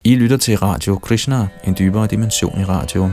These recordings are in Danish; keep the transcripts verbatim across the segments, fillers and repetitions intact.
I lytter til Radio Krishna, en dybere dimension i radio.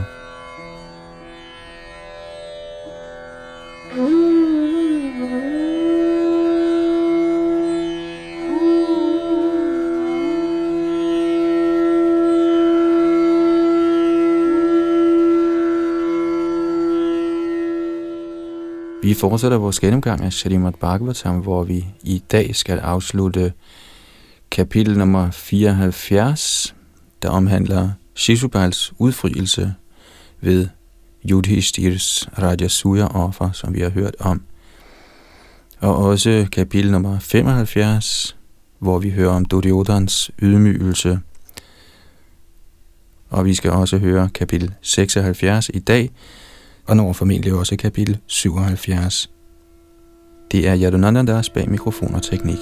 Vi fortsætter vores gennemgang af Srimad Bhagavatam, hvor vi i dag skal afslutte kapitel nummer fireoghalvfjerds, der omhandler Shishupals udfrielse ved Yudhishthires Rajasuya-offer, som vi har hørt om. Og også kapitel nummer femoghalvfjerds, hvor vi hører om Duryodhans ydmygelse. Og vi skal også høre kapitel seksoghalvfjerds i dag, og når formentlig også kapitel syvoghalvfjerds. Det er Yadunandan Das bag mikrofon og teknik.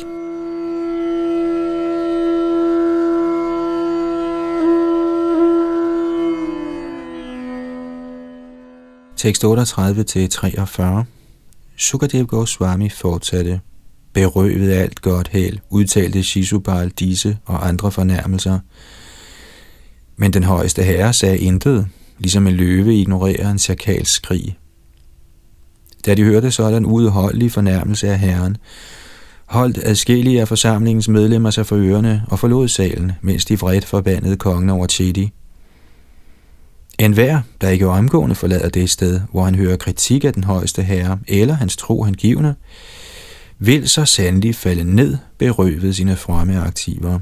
Tekst otteogtredive til treogfyrre. Sukadev Goswami fortsatte. Berøvet af alt godt held, udtalte Shishupal disse og andre fornærmelser. Men den højeste herre sagde intet, ligesom en løve ignorerer en sjakals skrig. Da de hørte sådan uudholdelig fornærmelse af herren, holdt adskillige af forsamlingens medlemmer sig for ørerne og forlod salen, mens de vredt forbandede kongen over Chedi. Enhver, der ikke omgående forlader det sted, hvor han hører kritik af den højeste herre eller hans tro hengivne, vil så sandelig falde ned, berøvet sine fromme aktiver.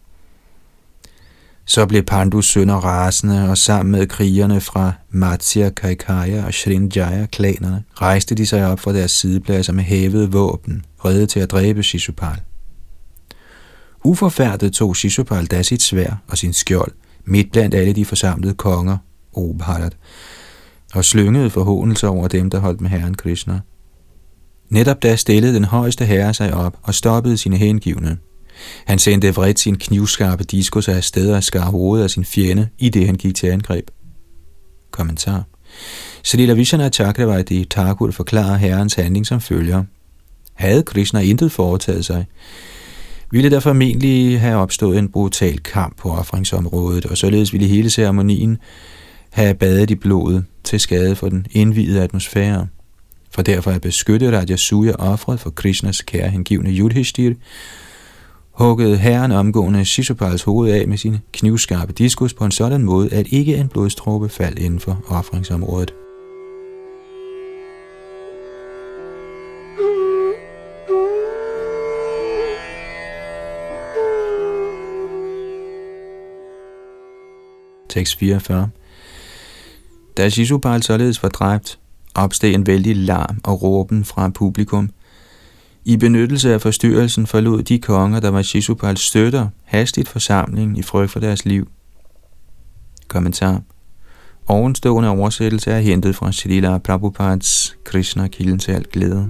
Så blev Pandus sønner rasende, og sammen med krigerne fra Matsya, Kaikaya og Srinjaya-klanerne rejste de sig op fra deres sidepladser med hævede våben, rede til at dræbe Shishupal. Uforfærdet tog Shishupal da sit sværd og sin skjold midt blandt alle de forsamlede konger, O Bharat, og slyngede forhånelser over dem, der holdt med herren Krishna. Netop da stillede den højeste herre sig op og stoppede sine hengivne. Han sendte vredt sin knivskarpe diskus af sted og skar hovedet af sin fjende, i det han gik til angreb. Kommentar. Srila Vishwanath Chakravarti Thakur forklarer herrens handling som følger. Havde Krishna intet foretaget sig, ville der formentlig have opstået en brutal kamp på ofringsområdet, og således ville hele ceremonien have badet i blodet til skade for den indvidede atmosfære. For derfor at beskytte Rajasuya offret for Krishnas kære hengivne Yudhishthir, huggede herren omgående Shishupals hoved af med sin knivskarpe diskus på en sådan måde, at ikke en blodstråbe faldt inden for ofringsområdet. Tekst fireogfyrre. Da Shishupal således var dræbt, opsteg en vældig larm og råben fra publikum. I benyttelse af forstyrrelsen forlod de konger, der var Shishupals støtter, hastigt forsamlingen i frygt for deres liv. Kommentar. Ovenstående oversættelse er hentet fra Srila Prabhupads Krishna, kilden til alt glæde.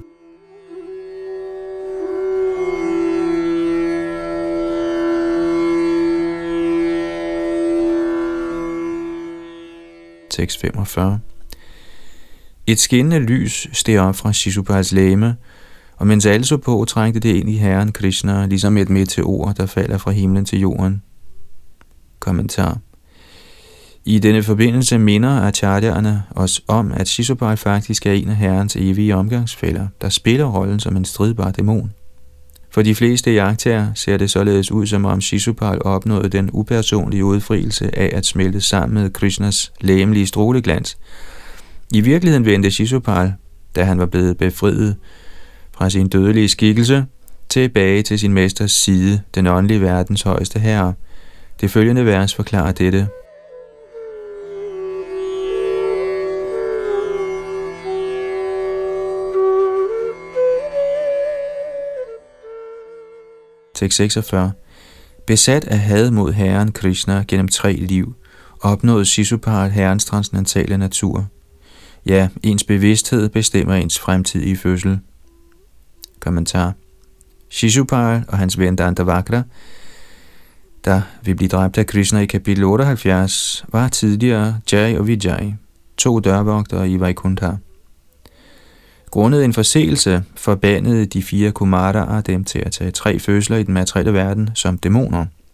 Tekst femogfyrre. Et skinnende lys steg op fra Shishupals legeme, og mens alle så på, trængte det ind i herren Krishna, ligesom et meteor, der falder fra himlen til jorden. Kommentar. I denne forbindelse minder acharyerne os om, at Shishupal faktisk er en af herrens evige omgangsfæller, der spiller rollen som en stridbar dæmon. For de fleste jagttager ser det således ud, som om Shishupal opnåede den upersonlige udfrielse af at smelte sammen med Krishnas legemlige stråleglans. I virkeligheden vendte Shishupal, da han var blevet befriet fra sin dødelige skikkelse, tilbage til sin mesters side, den åndelige verdens højeste herre. Det følgende vers forklarer dette. Tekst seksogfyrre. Besat af had mod herren Krishna gennem tre liv, opnåede Shishupal herrens transcendentale natur. Ja, ens bevidsthed bestemmer ens fremtidige fødsel. Kommentar. Shishupal og hans ven Dantavakra, der vil blive dræbt af Krishna i kapitel otteoghalvfjerds, var tidligere Jai og Vijay, to dørvogtere i Vaikuntha. Grundet en forseelse forbandede de fire kumaraer dem til at tage tre fødsler i den materielle verden som dæmoner.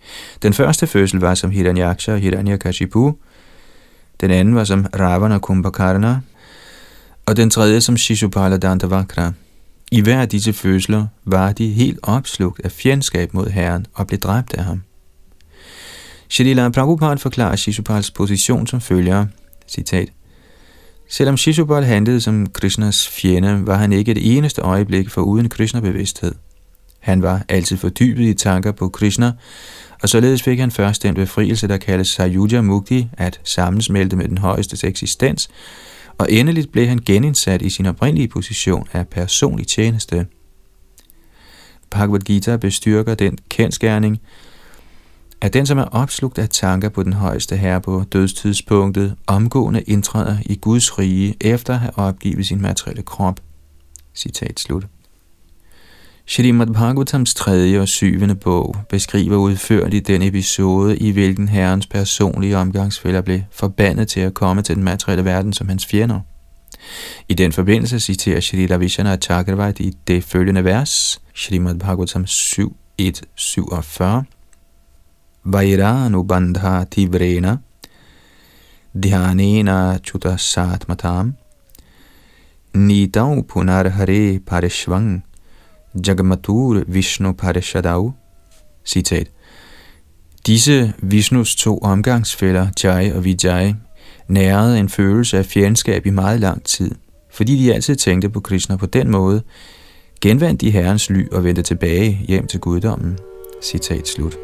Den første fødsel var som Hiranyaksha og Hiranyakashipu, den anden var som Ravana og Kumbhakarna, og den tredje som Shishupala Dantavakra. I hver af disse fødsler var de helt opslugt af fjendskab mod Herren og blev dræbt af ham. Shrila Prabhupada forklarer Shishupals position som følger, citat: Selvom Shishupal handlede som Krishnas fjende, var han ikke et eneste øjeblik foruden Krishna-bevidsthed. Han var altid fordybet i tanker på Krishna, og således fik han først den befrielse, der kaldes Sayuja Mukti, at sammensmelte med den højestes eksistens, og endeligt blev han genindsat i sin oprindelige position af personlig tjeneste. Bhagavad Gita bestyrker den kendsgerning, at den, som er opslugt af tanker på den højeste herre på dødstidspunktet, omgående indtræder i Guds rige efter at have opgivet sin materielle krop. Citat slut. Shrimad Bhagavatams tredje og syvende bog beskriver udførligt den episode, i hvilken herrens personlige omgangsfæller blev forbandet til at komme til den materielle verden som hans fjender. I den forbindelse citerer Shri Ravishana Chakravarti i det følgende vers, Shrimad Bhagavatam syv et syvogfyrre: Vairanu bandha tivrena dhyanena chuta satmatam nidau punar hare parishvang Jagamatur Vishnu Parishadav. Citat: Disse Vishnus to omgangsfæller, Jai og Vijay, nærede en følelse af fjendskab i meget lang tid. Fordi de altid tænkte på Krishna på den måde, genvandte de herrens ly og vendte tilbage hjem til guddommen. Citat slut.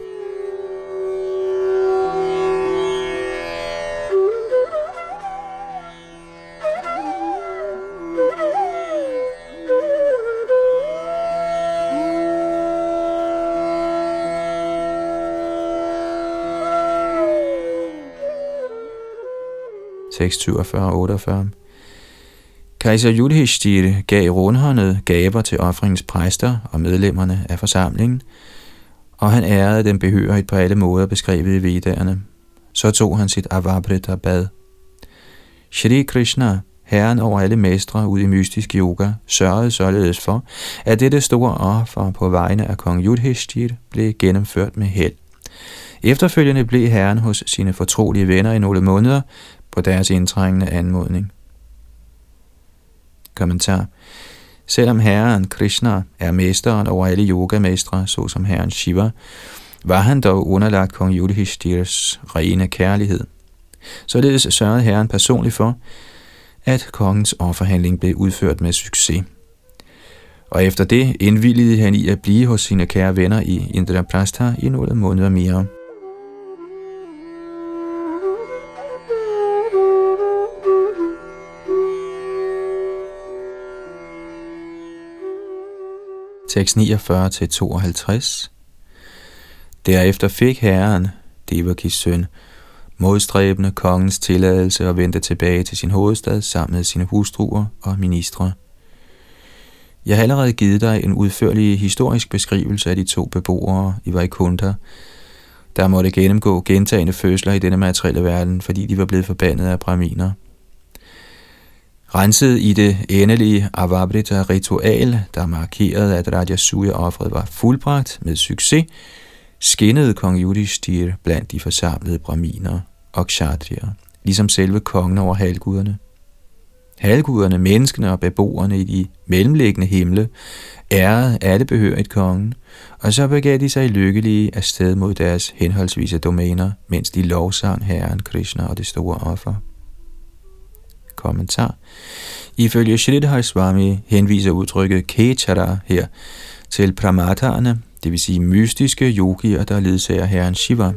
Tekst syvogfyrre og otteogfyrre. Kejser Yudhishthira gav rundhåndet gaver til offringens præster og medlemmerne af forsamlingen, og han ærede dem behørigt på alle måder beskrevet i Vedderne. Så tog han sit avabrita bad. Shri Krishna, herren over alle mestre ud i mystisk yoga, sørgede således for, at dette store offer på vegne af kong Yudhishthira blev gennemført med held. Efterfølgende blev herren hos sine fortrolige venner i nogle måneder på deres indtrængende anmodning. Kommentar. Selvom herren Krishna er mesteren over alle yogamestre, såsom herren Shiva, var han dog underlagt kong Yudhishthires rene kærlighed. Således sørgede herren personligt for, at kongens offerhandling blev udført med succes. Og efter det indvilligede han i at blive hos sine kære venner i Indraprastha i nogle måneder mere. Tekst niogfyrre til tooghalvtreds. Derefter fik herren, Devakis søn, modstræbende kongens tilladelse og vendte tilbage til sin hovedstad sammen med sine hustruer og ministre. Jeg har allerede givet dig en udførlig historisk beskrivelse af de to beboere i Vaikuntha, der måtte gennemgå gentagne fødsler i denne materielle verden, fordi de var blevet forbandet af brahminer. Renset i det endelige avabrita-ritual, der markerede, at Rajasuya-offret var fuldbragt med succes, skinnede kong Yudhishthira blandt de forsamlede brahminer og kshatriyer, ligesom selve kongen over halvguderne. Halvguderne, menneskene og beboerne i de mellemliggende himle ærede alle behørigt kongen, og så begav de sig lykkelige afsted mod deres henholdsvise domæner, mens de lovsang herren Krishna og det store offer. Kommentar. Ifølge Sridhar Swami henviser udtrykket Kechara her til pramataerne, det vil sige mystiske yogier, der ledsager herren Shiva.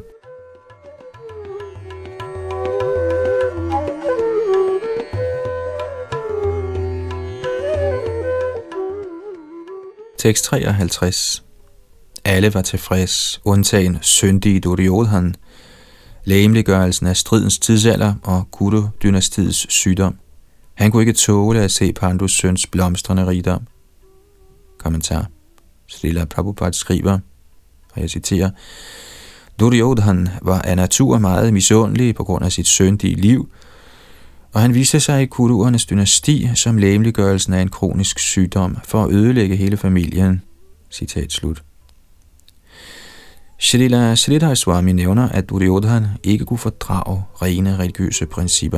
Tekst treoghalvtreds. Alle var tilfreds, undtagen syndige Duryodhan, legemliggørelsen af stridens tidsalder og Kuru-dynastiets sygdom. Han kunne ikke tåle at se Pandus søns blomstrende rigdom. Kommentar. Srila Prabhupada skriver, og jeg citerer: Duryodhan var af natur meget misundelig på grund af sit syndige liv, og han viste sig i Kuruernes dynasti som legemliggørelsen af en kronisk sygdom for at ødelægge hele familien. Citat slut. Shrila Sridhar Swami nævner, at Duryodhan ikke kunne fordrage rene religiøse principper.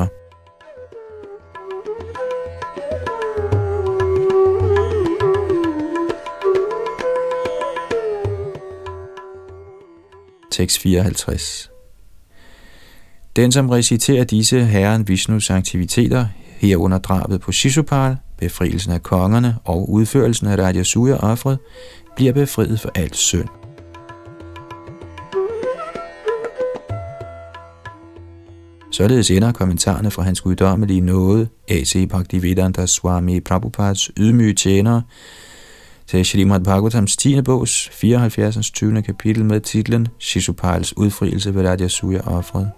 Tekst fireoghalvtreds. Den, som reciterer disse herren Vishnus aktiviteter, herunder drabet på Shishupal, befrielsen af kongerne og udførelsen af Rajasuya-offret, bliver befriet for alt synd. Således ender kommentarerne fra hans guddommelige nåde, A C Bhaktivedanta Swami Prabhupads ydmyge tjenere, til Srimad Bhagavatams tiende bogs fireoghalvfjerds tyvende kapitel med titlen Shishupals udfrielse ved Rajasuya-offret.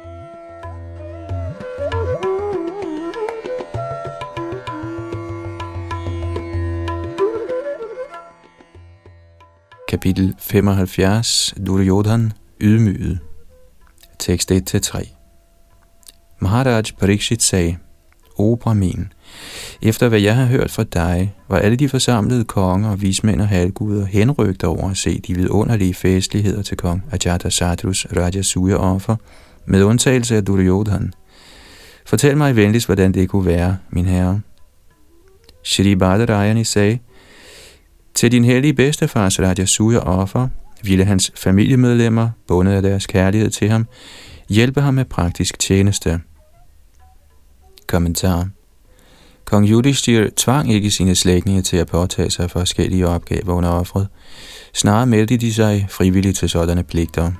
Kapitel femoghalvfjerds. Duryodhan ydmyget. Tekst et til tre. Maharaj Parikshit sagde: O Brahmin, efter hvad jeg har hørt fra dig, var alle de forsamlede konger, vismænd og halvguder henrygt over at se de vidunderlige festligheder til kong Ajatasattus Rajasuya-offer, med undtagelse af Duryodhan. Fortæl mig venligst, hvordan det kunne være, min herre. Shri Badarayani sagde: til din hellige bedstefars Rajasuya-offer ville hans familiemedlemmer, bundet af deres kærlighed til ham, hjælpe ham med praktisk tjeneste. Kommentar. Kong Yudhishthir tvang ikke sine slægtninge til at påtage sig forskellige opgaver under offret. Snarere meldte de sig frivilligt til sådanne pligter.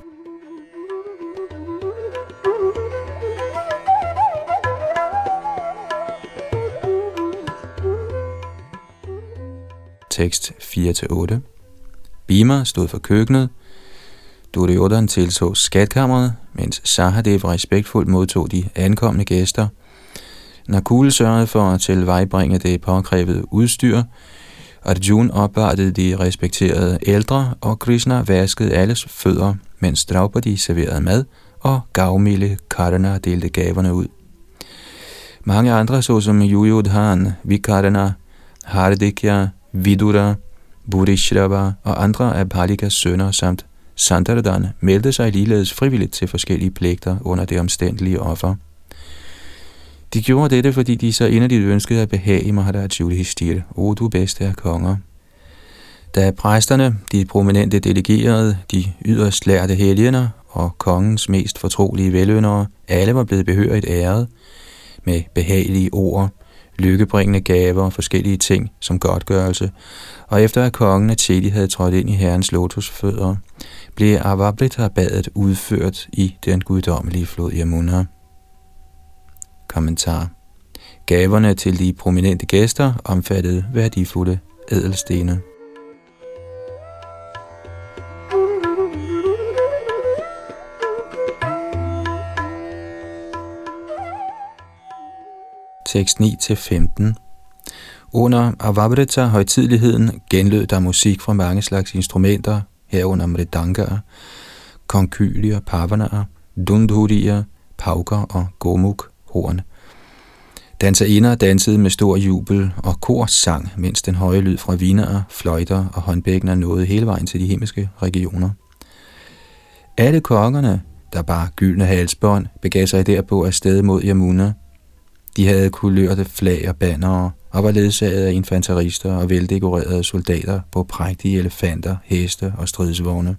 Tekst fire til otte. Bhima stod for køkkenet. Duryodhan tilså skatkammeret, mens Sahadev respektfuldt modtog de ankomne gæster. Nakul sørgede for at tilvejebringe det påkrævede udstyr. Arjuna opvartede de respekterede ældre, og Krishna vaskede alles fødder, mens Draupadi serverede mad, og gavmilde Karna delte gaverne ud. Mange andre, såsom Yuyodhan, Vikarna, Hardikya, Vidura, Burishrava og andre af Palikas sønner samt Santardhan meldte sig ligeledes frivilligt til forskellige pligter under det omstændelige offer. De gjorde dette, fordi de så inderligt ønskede at behage Maharaj Yudhishthir, o du bedste af konger. Da præsterne, de prominente delegerede, de yderst lærte helgener og kongens mest fortrolige veløndere, alle var blevet behørigt æret med behagelige ord, lykkebringende gaver og forskellige ting som godtgørelse, og efter at kongen af Chedi havde trådt ind i herrens lotusfødder, blev Avabrita-badet udført i den guddommelige flod Yamuna. Kommentar. Gaverne til de prominente gæster omfattede værdifulde ædelstene. Tekst ni til femten. Under Avabrita-højtideligheden genlød der musik fra mange slags instrumenter, herunder mridangaer, konkylier, pavanaer, dundhurier, pauker og gomuk, horn. Danserinder dansede med stor jubel, og kor sang, mens den høje lyd fra vinaer, fløjter og håndbækkener nåede hele vejen til de himmelske regioner. Alle kongerne, der bar gyldne halsbånd, begav sig derpå afsted mod Yamuna. De havde kulørte flag og bannere, og var ledsaget af infanterister og veldekorerede soldater på prægtige elefanter, heste og stridsvogne.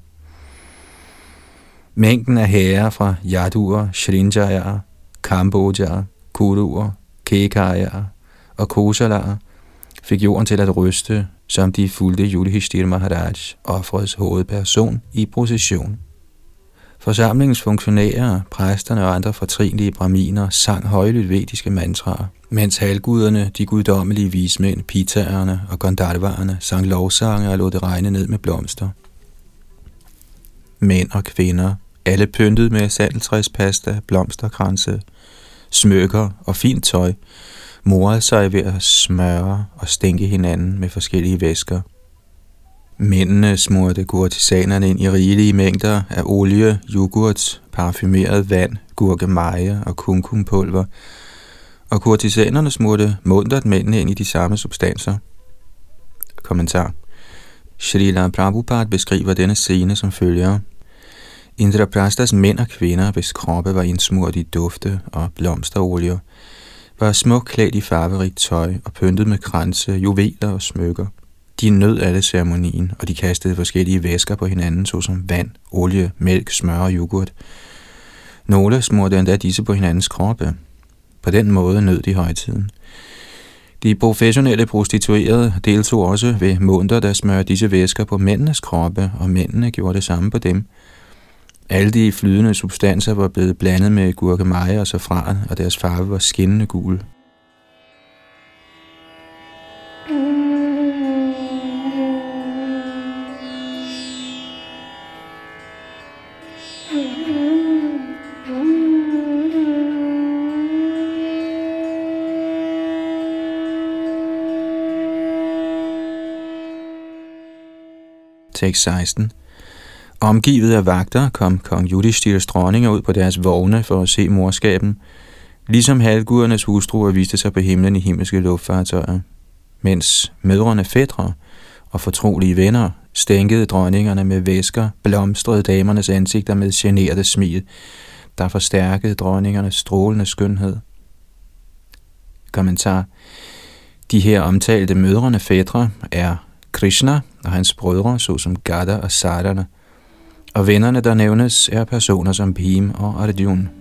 Mængden af hære fra Yaduer, Shrinjayer, Kambodjaer, Kuruer, Kekayer og Kosalaer fik jorden til at ryste, som de fulgte Yudhishthir Maharaj, offerets hovedperson, i procession. Forsamlingens funktionærer, præsterne og andre fortrinlige brahminer sang højlydt vediske mantraer, mens halvguderne, de guddommelige vismænd, pitaerne og gondarvarerne sang lovsange og lod det regne ned med blomster. Mænd og kvinder, alle pyntet med sandeltræspasta, blomsterkranse, smykker og fint tøj, morede sig ved at smøre og stænke hinanden med forskellige væsker. Mændene smurte kurtisanerne ind i rigelige mængder af olie, yoghurt, parfumeret vand, gurkemeje og kumkumpulver, og kurtisanerne smurte muntert mændene ind i de samme substanser. Kommentar. Srila Prabhupada beskriver denne scene som følger. Indraprasthas mænd og kvinder, hvis kroppe var indsmurt i dufte og blomsterolier, var smukt klædt i farverigt tøj og pyntet med kranse, juveler og smykker. De nød alle ceremonien, og de kastede forskellige væsker på hinanden, såsom vand, olie, mælk, smør og yoghurt. Nogle smurte endda disse på hinandens kroppe. På den måde nød de højtiden. De professionelle prostituerede deltog også ved munter, der smørte disse væsker på mændenes kroppe, og mændene gjorde det samme på dem. Alle de flydende substanser var blevet blandet med gurkemeje og safran, og deres farve var skinnende gul. Tekst seksten. Omgivet af vagter kom kong Yudhishthires dronninger ud på deres vogne for at se morskaben, ligesom halvgudernes hustruer viste sig på himlen i himmelske luftfartøjer, mens mødrene fætre og fortrolige venner stænkede dronningerne med væsker, blomstrede damernes ansigter med generede smil, der forstærkede dronningernes strålende skønhed. Kommentar. De her omtalte mødrene fætre er Krishna og hans brødre, såsom Gada og Sadana, og vennerne, der nævnes, er personer som Bhim og Arjuna.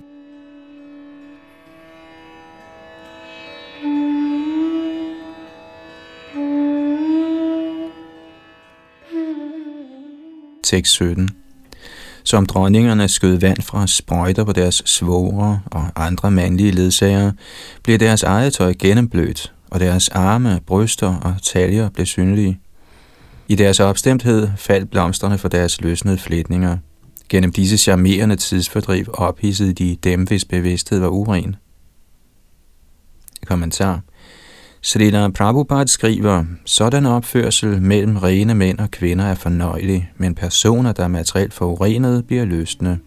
Tekst sytten. Som dronningerne skød vand fra sprøjter på deres svogre og andre mandlige ledsagere, blev deres eget tøj gennemblødt, og deres arme, bryster og taljer blev synlige. I deres opstemthed faldt blomsterne for deres løsnede flætninger. Gennem disse charmerende tidsfordriv ophidsede de dem, hvis bevidsthed var uren. Kommentar. Srila Prabhupada skriver, sådan opførsel mellem rene mænd og kvinder er fornøjelig, men personer, der er materielt forurenede, bliver løsne.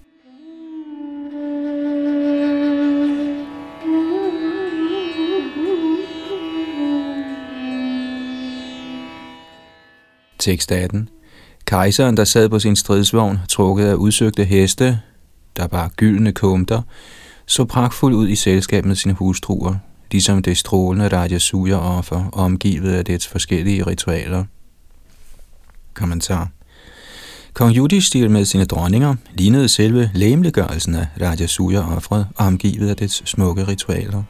Tekst atten. Kejseren, der sad på sin stridsvogn, trukket af udsøgte heste, der bar gyldne kumter, så pragtfuld ud i selskab med sine hustruer, ligesom det strålende Rajasuya-offer, omgivet af dets forskellige ritualer. Kommentar. Kong Yudhishthira med sine dronninger lignede selve legemliggørelsen af Rajasuya-offeret, omgivet af dets smukke ritualer.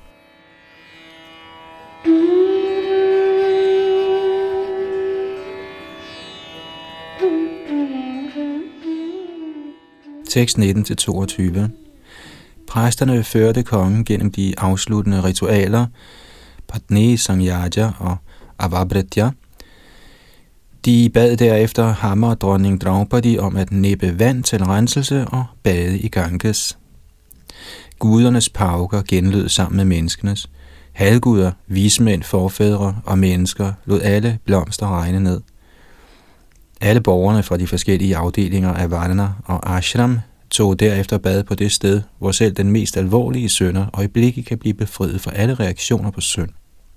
Tekst nitten til toogtyve. Præsterne førte kongen gennem de afsluttende ritualer, Patni Sangyaja og Avabhretya. De bad derefter ham og dronning Draupadi om at næppe vand til renselse og bade i Ganges. Gudernes pauker genlød sammen med menneskenes. Halvguder, vismænd, forfædre og mennesker lod alle blomster regne ned. Alle borgerne fra de forskellige afdelinger af Varna og Ashram tog derefter bad på det sted, hvor selv den mest alvorlige synder øjeblikkeligt kan blive befriet fra alle reaktioner på synd.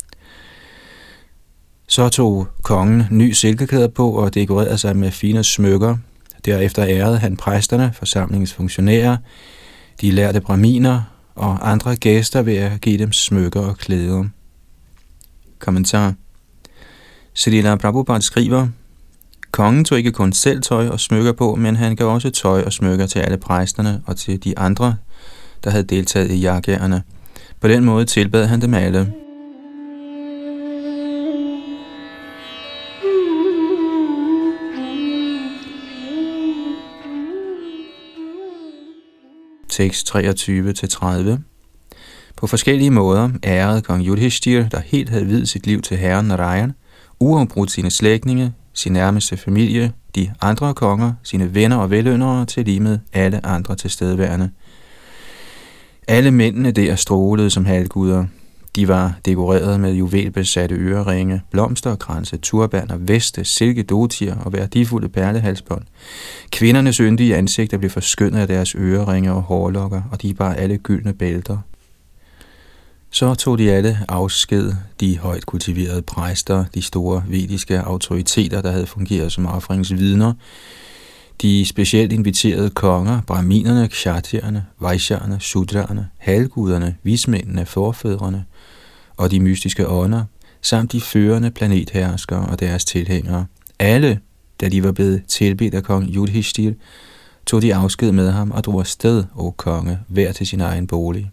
Så tog kongen ny silkeklæder på og dekorerede sig med fine smykker. Derefter ærede han præsterne, forsamlingens funktionærer, de lærte brahminer og andre gæster ved at give dem smykker og klæder. Kommentar. Srila Prabhupada skriver, kongen tog ikke kun selv tøj og smykker på, men han gav også tøj og smykker til alle præsterne og til de andre, der havde deltaget i yagyaerne. På den måde tilbad han dem alle. Tekst treogtyve til tredive. På forskellige måder ærede kong Yudhishthira, der helt havde viet sit liv til herren Narayan, uafbrudt sine slægtninge, sin nærmeste familie, de andre konger, sine venner og veløndere til lige med alle andre tilstedeværende. Alle mændene der strålede som halvguder. De var dekoreret med juvelbesatte øreringe, blomsterkranse, turbaner, veste, silkedotier og værdifulde perlehalsbånd. Kvindernes yndige ansigter blev forskyndet af deres øreringe og hårlokker, og de bar alle gyldne bælter. Så tog de alle afsked, de højt kultiverede præster, de store vediske autoriteter, der havde fungeret som ofringsvidner, de specielt inviterede konger, brahminerne, kshatriyerne, vaishyerne, shudraerne, halvguderne, vismændene, forfædrene og de mystiske ånder, samt de førende planetherskere og deres tilhængere. Alle, da de var blevet tilbedt af kong Yudhishthira, tog de afsked med ham og drog afsted, o konge, hver til sin egen bolig.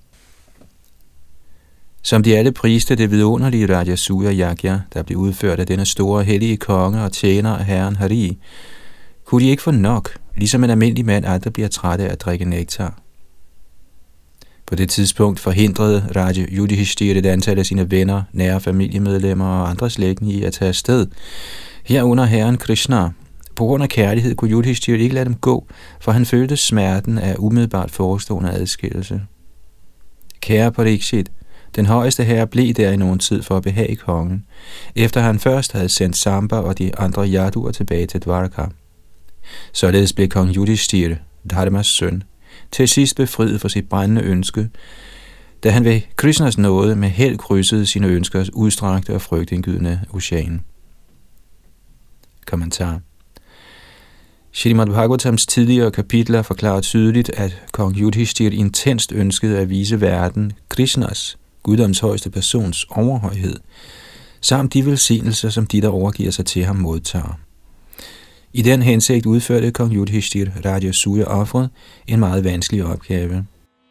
Som de alle priste det vidunderlige Rajasuya Yagya, der blev udført af denne store hellige konge og tjener af herren Hari, kunne de ikke få nok, ligesom en almindelig mand aldrig bliver træt af at drikke nektar. På det tidspunkt forhindrede Raja Yudhishthira et antal af sine venner, nære familiemedlemmer og andre slægtninge i at tage afsted. Herunder herren Krishna. På grund af kærlighed kunne Yudhishthira ikke lade dem gå, for han følte smerten af umiddelbart forestående adskillelse. Kære Parikshit, den højeste herre blev der i nogen tid for at behage kongen, efter han først havde sendt Samba og de andre yaduer tilbage til Dvaraka. Således blev kong Yudhishthira, Dharmas søn, til sidst befriet for sit brændende ønske, da han ved Krishnas nåde med held krydsede sine ønskers udstrakte og frygtindgydende ocean. Kommentar. Srimad Bhagavatams tidligere kapitler forklarer tydeligt, at kong Yudhishthira intenst ønskede at vise verden Krishnas, guddoms højeste persons overhøjhed, samt de velsignelser, som de, der overgiver sig til ham, modtager. I den hensigt udførte kong Yudhishthira Rajasuya offret en meget vanskelig opgave.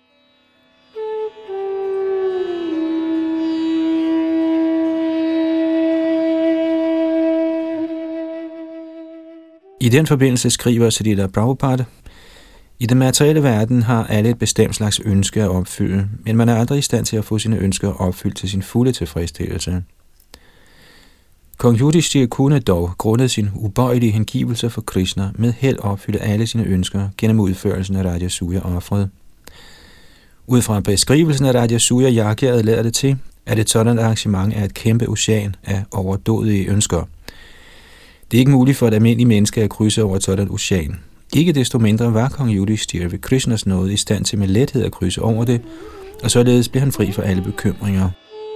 I den forbindelse skriver Srila Prabhupada: i den materielle verden har alle et bestemt slags ønske at opfylde, men man er aldrig i stand til at få sine ønsker opfyldt til sin fulde tilfredsstillelse. Kong Yudhishthira kunne dog, grundet sin ubøjelige hengivelse for Krishna, med held opfylde alle sine ønsker gennem udførelsen af Rajasuya-offret. Ud fra beskrivelsen af Rajasuya-yagyaet lader det til, at et sådan arrangement er et kæmpe ocean af overdådige ønsker. Det er ikke muligt for et almindeligt menneske at krydse over et sådan ocean. Ikke desto mindre var kong Yudhishthira ved Krishnas nåde i stand til med lethed at krydse over det, og således blev han fri for alle bekymringer.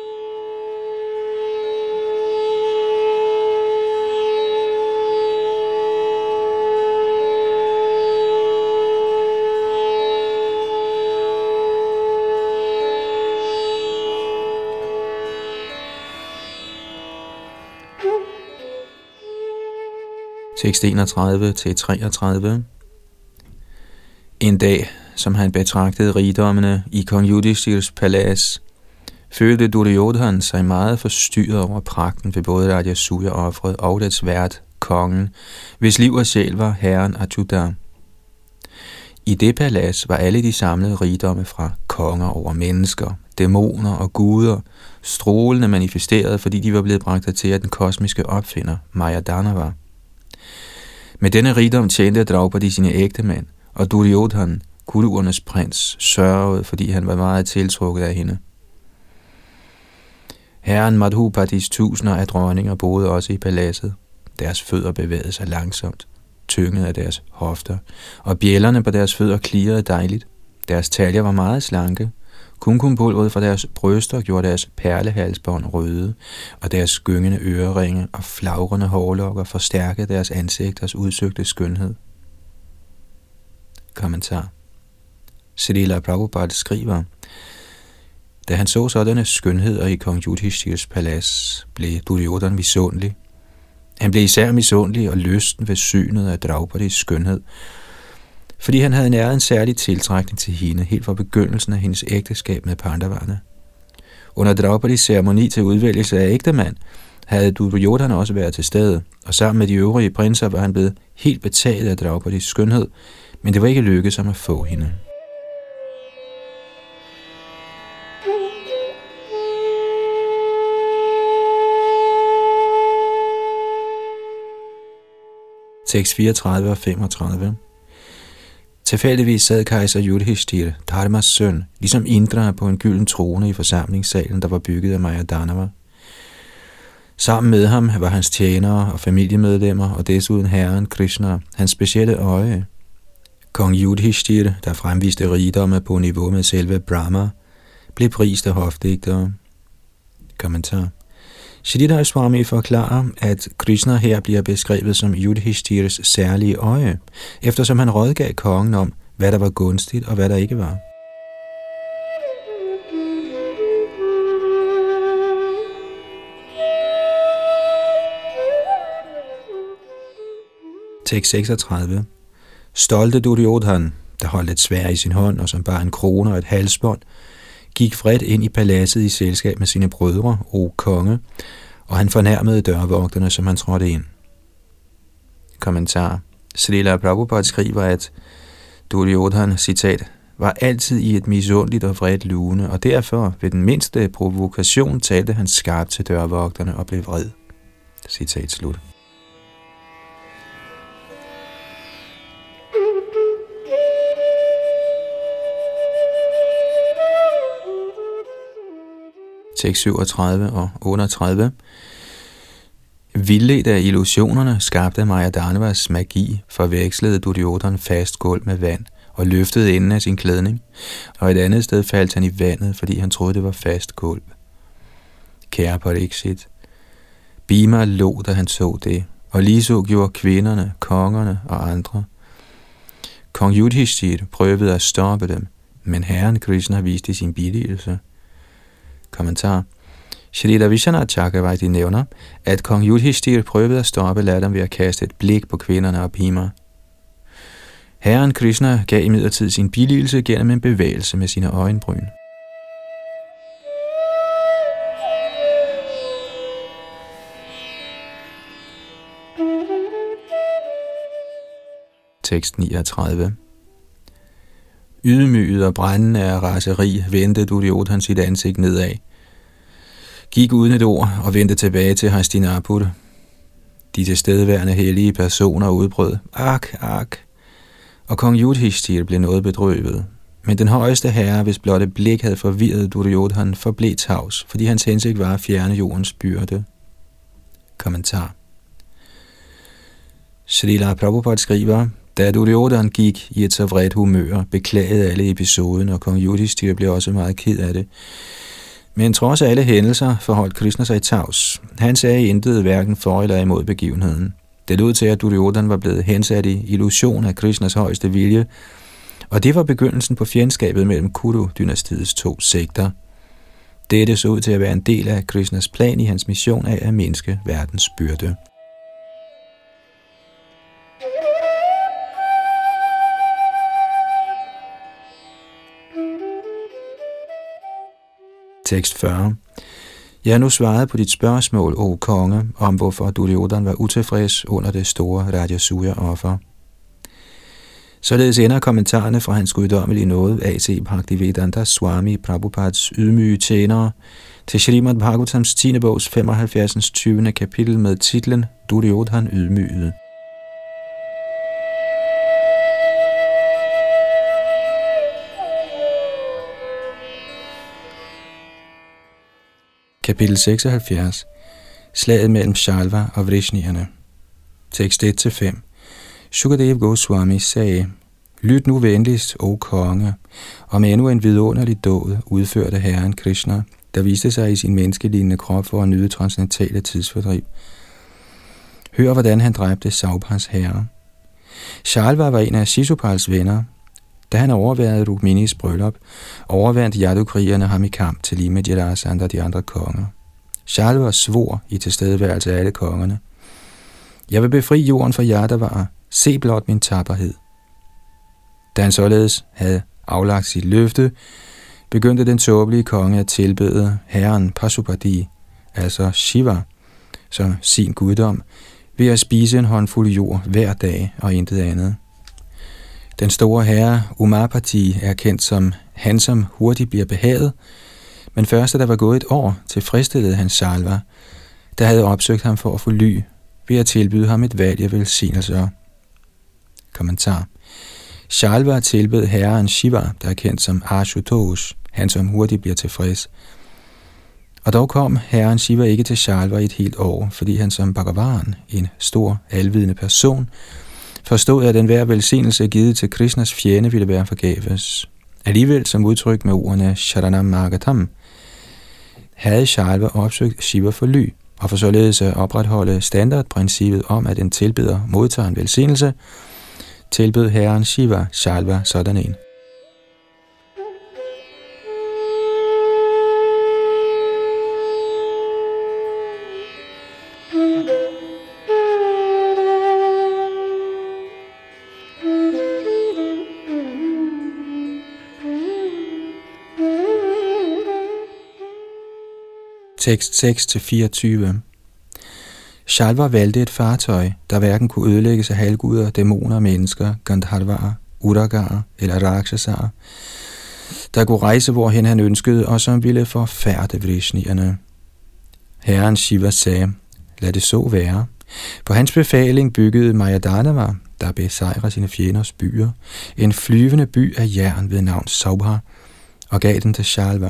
Tekst enogtredive til treogtredive. En dag, som han betragtede rigdommene i kong Yudhishthires palads, følte Duryodhan sig meget forstyrret over pragten ved både Rajasuya-offret og dets vært, kongen, hvis liv og sjæl var herren Achyuta. I det palads var alle de samlede rigdomme fra konger over mennesker, dæmoner og guder, strålende manifesteret, fordi de var blevet bragt til af den kosmiske opfinder, Mayadanava. Med denne rigdom tjente Draupadi sine ægtemænd, og Duryodhan, kuruernes prins, sørgede, fordi han var meget tiltrukket af hende. Herren Madhupadis tusinder af dronninger boede også i paladset. Deres fødder bevægede sig langsomt, tynget af deres hofter, og bjællerne på deres fødder klirrede dejligt. Deres taljer var meget slanke. Kumkumpulveret fra deres bryster gjorde deres perlehalsbånd røde, og deres gyngende øreringe og flagrende hårlokker forstærkede deres ansigters udsøgte skønhed. Kommentar. Srila Prabhupada skriver: da han så sådanne skønheder i kong Yudhishthires palads, blev Duryodhan misundelig. Han blev især misundelig og lysten ved synet af Draupadis skønhed, fordi han havde næret en særlig tiltrækning til hende helt fra begyndelsen af hendes ægteskab med Pandavarne. Under Draupadis ceremoni til udvælgelse af ægtemand havde Duryodhan også været til stede, og sammen med de øvrige prinser var han blevet helt betaget af Draupadis skønhed, men det var ikke lykkedes ham at få hende. Tekst fireogtredive og femogtredive. Tilfældigvis sad kejser Yudhishthira, Dharmas søn, ligesom Indra på en gylden trone i forsamlingssalen, der var bygget af Mayadanava. Sammen med ham var hans tjenere og familiemedlemmer, og desuden herren Krishna, hans specielle øje. Kong Yudhishthira, der fremviste rigdomme på niveau med selve Brahma, blev prist af hofdigtere. Kommentar. Sridhar Swami forklarer, at Krishna her bliver beskrevet som Yudhishthires særlige øje, eftersom han rådgav kongen om, hvad der var gunstigt og hvad der ikke var. Tekst seksogtredive. Stolte Duryodhan, der holdt et sværd i sin hånd og som bar en krone og et halsbånd, gik vredt ind i paladset i selskab med sine brødre, o konge, og han fornærmede dørvogterne, som han trådte ind. Kommentar. Srila Prabhupada skriver, at Duryodhan, citat, var altid i et misundeligt og vredt lune, og derfor ved den mindste provokation talte han skarpt til dørvogterne og blev vred. Citat slut. Tekst syvogtredive og otteogtredive. Vildledt af illusionerne, skabte af Mayadanavas magi, forvekslede Duryodhan fast gulv med vand og løftede enden af sin klædning, og et andet sted faldt han i vandet, fordi han troede, det var fast gulv. Kære Parikshit, Bhima lå, da han så det, og lige så gjorde kvinderne, kongerne og andre. Kong Yudhishthir prøvede at stoppe dem, men herren Krishna viste sin billigelse. Kommentar. Shrita Vishwanath Chakravarti nævner, at kong Yudhishthir prøvede at stoppe latteren ved at kaste et blik på kvinderne og Bhima. Herren Krishna gav imidlertid sin billigelse gennem en bevægelse med sine øjenbryn. Tekst niogtredive. Ydmyget og brændende af raseri vendte Duryodhan sit ansigt nedad, gik uden et ord og vendte tilbage til Hastinapur. De tilstedeværende hellige personer udbrød, ak, ak, og kong Yudhishthir blev noget bedrøvet. Men den højeste herre, hvis blotte blik havde forvirret Duryodhan, forblev tavs, fordi hans hensigt var at fjerne jordens byrde. Kommentar. Srila Prabhupada skriver, da Duryodhan gik i et så vredt humør, beklagede alle episoden, og kong Yudhishthir blev også meget ked af det. Men trods alle hændelser forholdt Krishna sig tavs. Han sagde intet hverken for eller imod begivenheden. Det lød til, at Duryodhan var blevet hensat i illusion af Krishnas højeste vilje, og det var begyndelsen på fjendskabet mellem Kuru-dynastiets to sekter. Dette så ud til at være en del af Krishnas plan i hans mission af at mindske verdens byrde. Tekst fyrre. Jeg har nu svaret på dit spørgsmål, o konge, om hvorfor Duryodhan var utilfreds under det store Rajasuya-offer. Således ender kommentarerne fra hans guddommelige nåde, A C Bhaktivedanta Swami Prabhupads ydmyge tjenere, til Srimad Bhagavatams tiende bogs femoghalvfjerds tyvende kapitel med titlen Duryodhan ydmyget. Kapitel seksoghalvfjerds. Slaget mellem Shalva og Vrishnierne. Tekst et til fem. Shukadev Goswami sagde, lyt nu venligst, o konge, og med endnu en vidunderlig dåd udførte herren Krishna, der viste sig i sin menneskelignende krop for at nyde transcendentale tidsfordriv. Hør, hvordan han dræbte Saubhas herre. Shalva var en af Shishupals venner. Da han overværede Rukminis bryllup, overvandt Yadukrigerne ham i kamp til lige med Jarasandha og de andre konger. Shalva svor i tilstedeværelse af alle kongerne. Jeg vil befri jorden for Yadavaer. Se blot min tapperhed. Da han således havde aflagt sit løfte, begyndte den tåbelige konge at tilbede herren Pasupati, altså Shiva, som sin guddom, ved at spise en håndfuld jord hver dag og intet andet. Den store herre Umapati er kendt som han, som hurtigt bliver behaget, men først da der var gået et år, tilfredsstillede han Shalva, der havde opsøgt ham for at få ly, ved at tilbyde ham et valg af velsignelser. Kommentar. Shalva tilbød herren Shiva, der er kendt som Ashutosh, han som hurtigt bliver tilfreds. Og dog kom herren Shiva ikke til Shalva i et helt år, fordi han som Bhagavan, en stor, alvidende person, forstod, at enhver velsignelse givet til Krishnas fjende ville være forgæves. Alligevel som udtryk med ordene Sharanam Magatam, havde Shalva opsøgt Shiva for ly, og for således at opretholde standardprincippet om, at en tilbeder modtager en velsignelse, tilbød herren Shiva Shalva sådan en. Tekst seks til fireogtyve. Shalva valgte et fartøj, der hverken kunne ødelægges af halvguder, dæmoner, mennesker, gandharvaer, uragaer eller rakshasar, der kunne rejse, hvorhen han ønskede, og som ville forfærde vrishnierne. Herren Shiva sagde, lad det så være. På hans befaling byggede Mayadanava, der besejrer sine fjenders byer, en flyvende by af jern ved navn Saubha, og gav den til Shalva.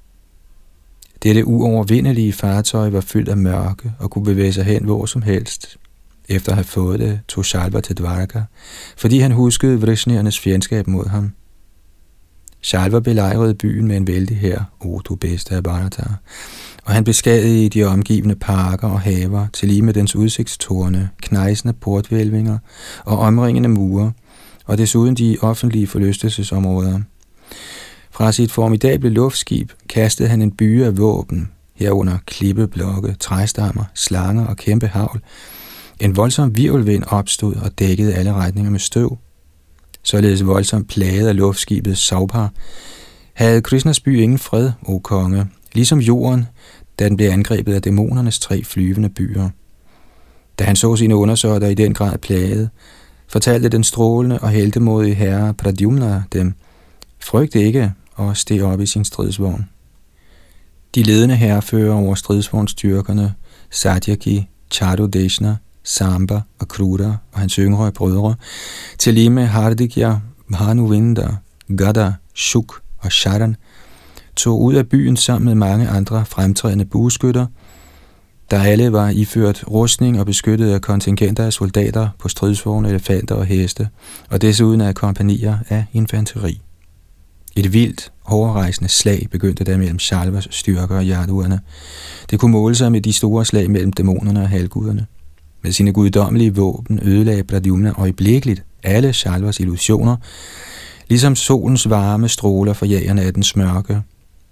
Dette uovervindelige fartøj var fyldt af mørke og kunne bevæge sig hen hvor som helst. Efter at have fået det, tog Shalva til Dvaraka, fordi han huskede vrishniernes fjendskab mod ham. Shalva belejrede byen med en vældig hær, o du bedste af Bharatar, og han beskadigede de omgivende parker og haver, til lige med dens udsigtstårne, knejsende portvælvinger og omringende mure, og desuden de offentlige forlystelsesområder. Fra sit formidable luftskib kastede han en byge af våben, herunder klippeblokke, træstammer, slanger og kæmpe hagl. En voldsom virvelvind opstod og dækkede alle retninger med støv. Således voldsomt plaget af luftskibet Saubha, havde Krishnas by ingen fred, o konge, ligesom jorden, da den blev angrebet af dæmonernes tre flyvende byer. Da han så sine undersåtter i den grad plaget, fortalte den strålende og heltemodige herre Pradyumna dem, frygt ikke, og steg op i sin stridsvogn. De ledende herrefører over stridsvognstyrkerne, Satyaki, Charudeshna, Samba og Kruda og hans yngre brødre, til lige med Hardikya, Bhanuvinda, Gada, Shuk og Sharan, tog ud af byen sammen med mange andre fremtrædende bueskytter, der alle var iført rustning og beskyttet af kontingenter af soldater på stridsvogne, elefanter og heste, og desuden af kompagnier af infanteri. Et vildt, hårdrejsende slag begyndte der mellem Shalvas styrker og jaduerne. Det kunne måle sig med de store slag mellem dæmonerne og halvguderne. Med sine guddommelige våben ødelagde Pradyumna øjeblikkeligt alle Shalvas illusioner, ligesom solens varme stråler forjager nattens mørke.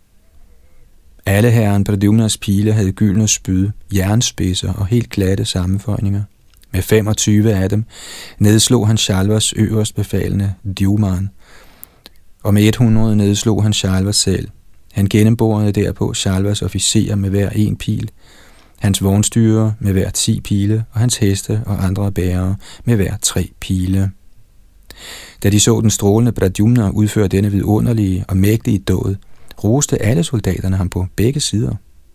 Alle herren Pradyumnas pile havde gyldne spyd, jernspidser og helt glatte sammenføjninger. Med femogtyve af dem nedslog han Shalvas øverst befalende Dyuman, og med hundrede nedslog han Shalva selv. Han gennemborede derpå Shalvas officerer med hver en pil, hans vognstyrer med hver ti pile, og hans heste og andre bærere med hver tre pile. Da de så den strålende Pradyumna udføre denne vidunderlige og mægtige dåd, roste alle soldaterne ham på begge sider.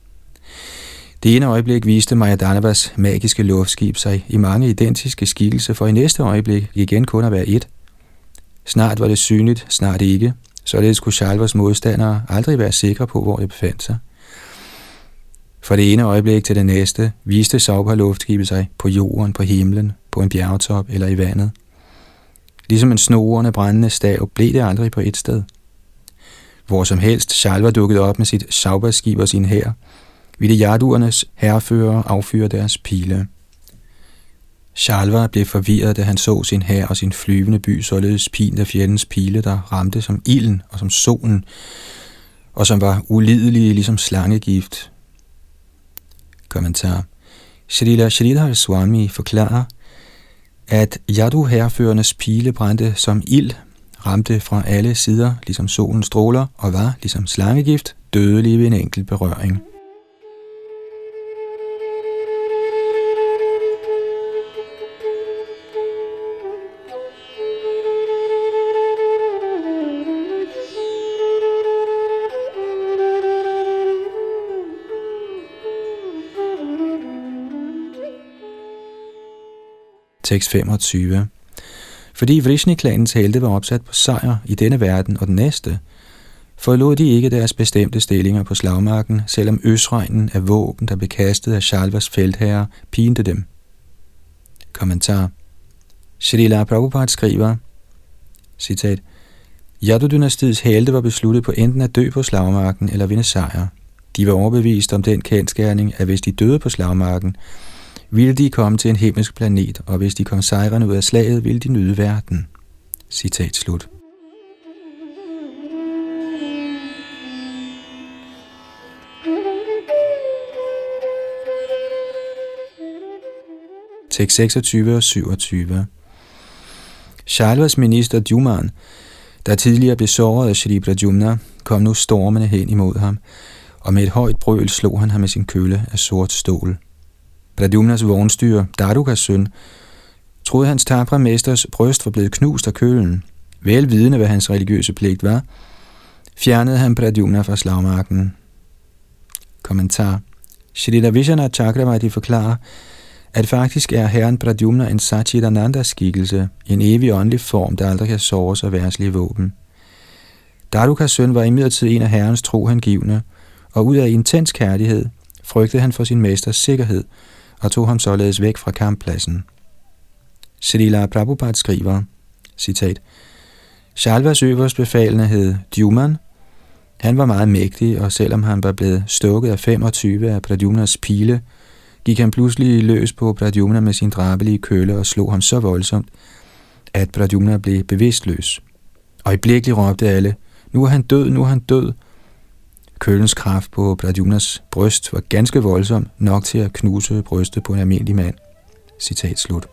Det ene øjeblik viste Mayadanavas magiske luftskib sig i mange identiske skikkelser, for i næste øjeblik igen kun at være ét. Snart var det synligt, snart ikke, således kunne Shalvas modstandere aldrig være sikre på, hvor det befandt sig. Fra det ene øjeblik til det næste viste Saubha-luftskibet sig på jorden, på himlen, på en bjergtop eller i vandet. Ligesom en snorende, brændende stav blev det aldrig på et sted. Hvor som helst Shalva dukkede op med sit Saubha-skib og sin hær, ville jaduernes hærfører affyre deres pile. Shalva blev forvirret, da han så sin hær og sin flyvende by således pint af fjendens pile, der ramte som ilden og som solen, og som var ulidelige ligesom slangegift. Kommentar. Shrila Sridhar Swami forklarer, at Yadu-hærførernes pile brændte som ild, ramte fra alle sider, ligesom solens stråler, og var, ligesom slangegift, dødelige ved en enkelt berøring. Tekst femogtyve. Fordi Vrishni-klanens helte var opsat på sejr i denne verden og den næste, forlod de ikke deres bestemte stillinger på slagmarken, selvom øsregnen af våben, der blev kastet af Shalvas feltherrer, pinte dem. Kommentar. Srila Prabhupada skriver, citat, Yadu-dynastiets helte var besluttet på enten at dø på slagmarken eller vinde sejr. De var overbevist om den kendsgerning, at hvis de døde på slagmarken, ville de komme til en himmelsk planet, og hvis de kom sejrende ud af slaget, ville de nyde verden. Citat slut. Tekst seksogtyve og syvogtyve. Shalvas minister Dhyuman, der tidligere blev såret af Shri Pradyumna, kom nu stormende hen imod ham, og med et højt brøl slog han ham med sin kølle af sort stål. Pradyumnas vognstyrer, Darukas søn, troede hans tapre mesters bryst var blevet knust af kølen. Vel vidende, hvad hans religiøse pligt var, fjernede han Pradyumna fra slagmarken. Kommentar. Shrila Vishwanath Chakravarti forklarer, at faktisk er herren Pradyumna en Satchidananda skikkelse, en evig åndelig form, der aldrig kan såres af verdslige våben. Darukas søn var imidlertid en af herrens trohengivne, og ud af intens kærlighed frygtede han for sin mesters sikkerhed, og tog ham således væk fra kamppladsen. Srila Prabhupada skriver, citat, Shalvas øverste befalende hed Dhyuman. Han var meget mægtig, og selvom han var blevet stukket af femogtyve af Pradyumnas pile, gik han pludselig løs på Pradyumna med sin drabelige kølle og slog ham så voldsomt, at Pradyumna blev bevidstløs. Og i blikkeligt råbte alle, nu er han død, nu er han død. Kølens kraft på Pradyumnas bryst var ganske voldsom, nok til at knuse brystet på en almindelig mand. Citat slut.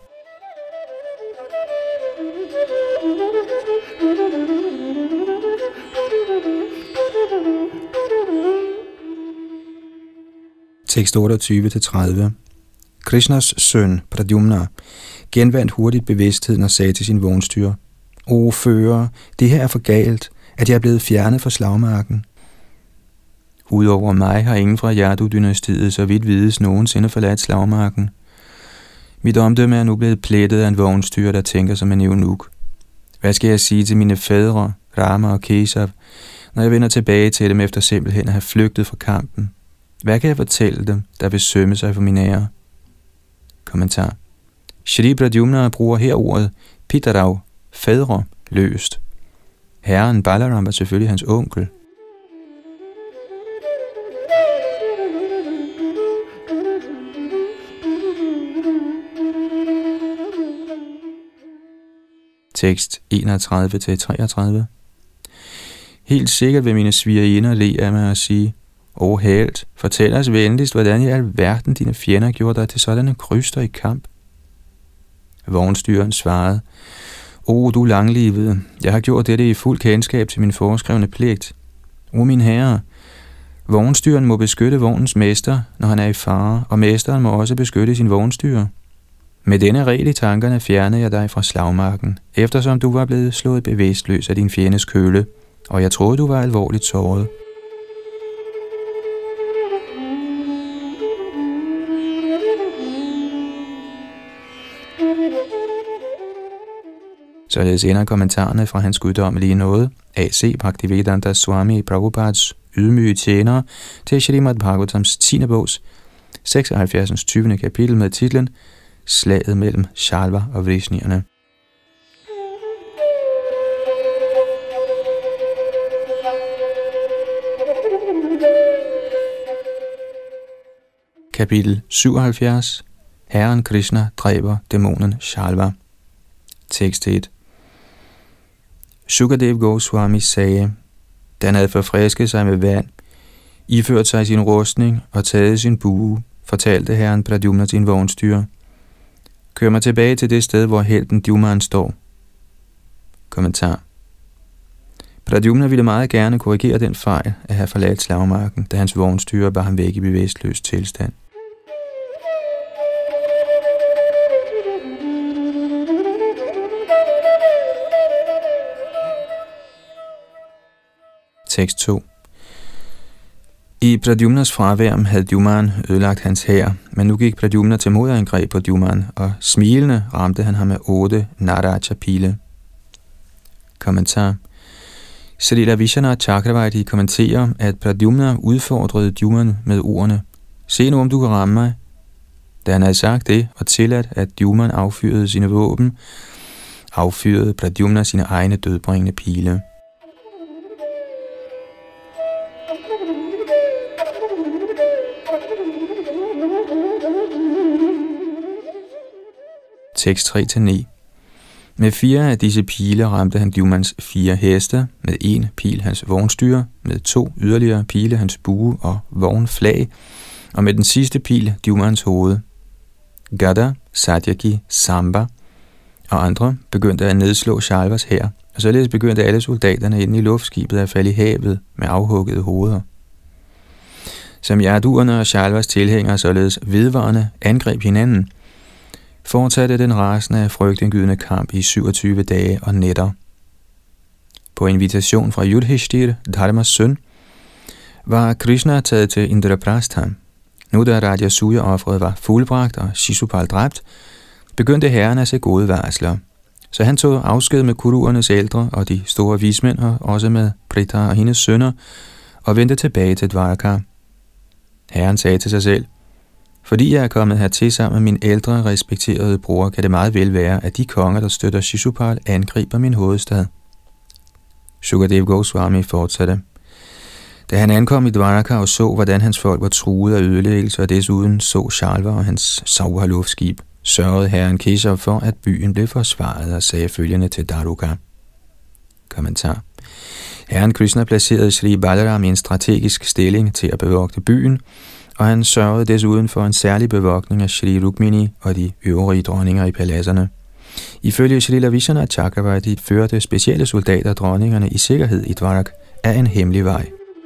Tekst otteogtyve til tredive. Krishnas søn, Pradyumna, genvandt hurtigt bevidstheden og sagde til sin vognstyrer, O fører, det her er for galt, at jeg er blevet fjernet fra slagmarken. Udover mig har ingen fra Yadu-dynastiet, så vidt vides, nogensinde forladt slagmarken. Mit omdømme er nu blevet plettet af en vognstyrer, der tænker som en eunuk. Hvad skal jeg sige til mine fædre, Rama og Keshav, når jeg vender tilbage til dem efter simpelthen at have flygtet fra kampen? Hvad kan jeg fortælle dem, der vil sømme sig for min ære? Kommentar. Shri Pradyumna bruger her ordet Pitarav, fædre, løst. Herren Balaram var selvfølgelig hans onkel. Tekst enogtredive til treogtredive. Helt sikkert vil mine svigerinder le af mig og sige, O helt, fortæl os venligst, hvordan i alverden dine fjender gjorde dig til sådanne kryster i kamp. Vognstyren svarede, O du langlivede, jeg har gjort dette i fuld kendskab til min foreskrevne pligt. O min herre, vognstyren må beskytte vognens mester, når han er i fare, og mesteren må også beskytte sin vognstyrer. Med denne regel i tankerne fjernede jeg dig fra slagmarken, eftersom du var blevet slået bevidstløs af din fjendes køle, og jeg troede, du var alvorligt såret. Således ender kommentarerne fra hans guddommelige nåde, A C Bhaktivedanta Swami Prabhupads ydmyge tjenere, til Srimad Bhagavatams tiende bogs seksoghalvfjerds tyvende kapitel med titlen Slaget mellem Shalva og Vrishnierne. Kapitel syvoghalvfjerds. Herren Krishna dræber dæmonen Shalva. Tekst et. Shukadev Goswami sagde, da han havde forfrisket sig med vand, iført sig sin rustning og taget sin bue, fortalte herren Pradyumna sin vognstyrer, kør mig tilbage til det sted, hvor helten Dhyuman står. Kommentar. Pradyumna ville meget gerne korrigere den fejl at have forladt slagmarken, da hans vognstyrer bar ham væk i bevidstløs tilstand. Tekst to. I Pradyumnas fravær havde Dhyuman ødelagt hans hær, men nu gik Pradyumna til modangreb på Dhyuman, og smilende ramte han ham med otte Naracha-pile. Kommentar. Srila Vishwanath Chakravarti kommenterer, at Pradyumna udfordrede Dhyuman med ordene, se nu om du kan ramme mig. Da han havde sagt det og tilladt, at Dhyuman affyrede sine våben, affyrede Pradyumna sine egne dødbringende pile. Tekst tre til ni. Med fire af disse pile ramte han Djumans fire heste, med en pil hans vognstyre, med to yderligere pile hans bue og vognflag, og med den sidste pil Djumans hoved. Gada, Satyaki, Samba og andre begyndte at nedslå Shalvas hær, og således begyndte alle soldaterne inde i luftskibet at falde i havet med afhuggede hoveder. Som Yadurerne og Shalvas tilhængere således vedvarende angreb hinanden, fortsatte den rasende af frygtindgydende kamp i syvogtyve dage og nætter. På invitation fra Yudhishthir, Dharmas søn, var Krishna taget til Indraprastha. Nu da Rajasuya-offeret var fuldbragt og Shishupal dræbt, begyndte herren at se gode varsler. Så han tog afsked med kuruernes ældre og de store vismænd, og også med Pritha og hendes sønner, og vendte tilbage til Dvaraka. Herren sagde til sig selv: fordi jeg er kommet hertil sammen med min ældre respekterede bror, kan det meget vel være, at de konger, der støtter Shishupal, angriber min hovedstad. Shukadev Goswami fortsatte: da han ankom i Dvaraka og så, hvordan hans folk var truet af ødelæggelse, og desuden så Shalva og hans Saubhar luftskib, sørgede herren Keshav for, at byen blev forsvaret, og sagde følgende til Daruka. Kommentar. Herren Krishna placerede Shri Balaram i en strategisk stilling til at bevogte byen, og han sørgede desuden for en særlig bevogtning af Shri Rukmini og de øvrige dronninger i paladserne. Ifølge Shrila Vishwanath Chakravarti førte specielle soldater dronningerne i sikkerhed i Dvarak af en hemmelig vej.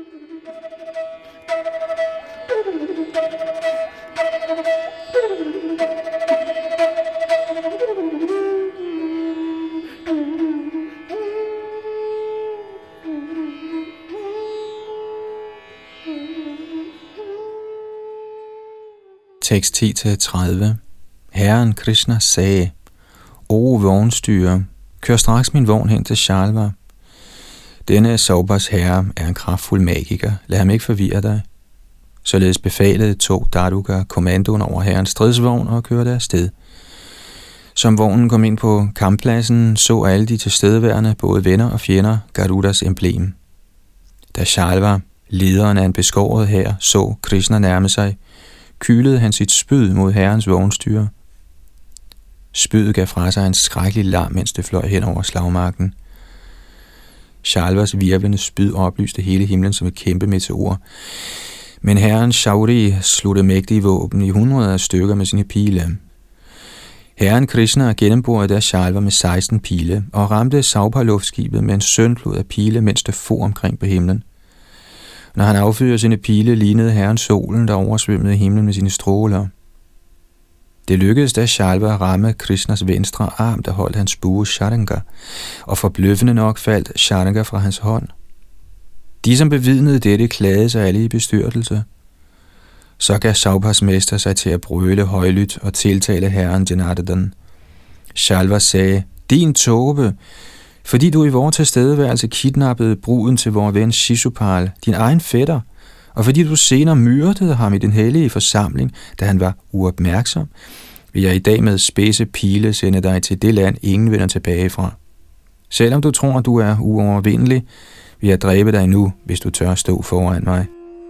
Tekst ti til tredive. Herren Krishna sagde: O vognstyre, kør straks min vogn hen til Shalva. Denne Saubhars herre er en kraftfuld magiker. Lad ham ikke forvirre dig. Således befalede tog Daruka kommandoen over herrens stridsvogn og kørte afsted. Som vognen kom ind på kamppladsen, så alle de tilstedeværende, både venner og fjender, Garudas emblem. Da Shalva, lederen af en beskåret hær, så Krishna nærme sig, kylede han sit spyd mod herrens vognstyre. Spydet gav fra sig en skrækkelig larm, mens det fløj hen over slagmarken. Shalvas virvlende spyd oplyste hele himlen som et kæmpe meteor. Men herren Shauri slog det mægtige våben i hundreder af stykker med sine pile. Herren Krishna gennemborede der Shalva med seksten pile og ramte Saubhar luftskibet med en søndflod af pile, mens det for omkring på himlen. Når han affyrede sine pile, lignede herren solen, der oversvømmede himlen med sine stråler. Det lykkedes da Shalva at ramme Krishnas venstre arm, der holdt hans bue Sharanga, og forbløffende nok faldt Sharanga fra hans hånd. De, som bevidnede dette, klagede sig alle i bestyrtelse. Så gav Saubhars mester sig til at brøle højlydt og tiltale herren Janardhan. Shalva sagde: din tåbe, fordi du i vores tilstedeværelse kidnappede bruden til vores ven Shishupal, din egen fætter, og fordi du senere myrdede ham i den hellige forsamling, da han var uopmærksom, vil jeg i dag med spidse pile sende dig til det land, ingen vender tilbage fra. Selvom du tror, du er uovervindelig, vil jeg dræbe dig nu, hvis du tør stå foran mig.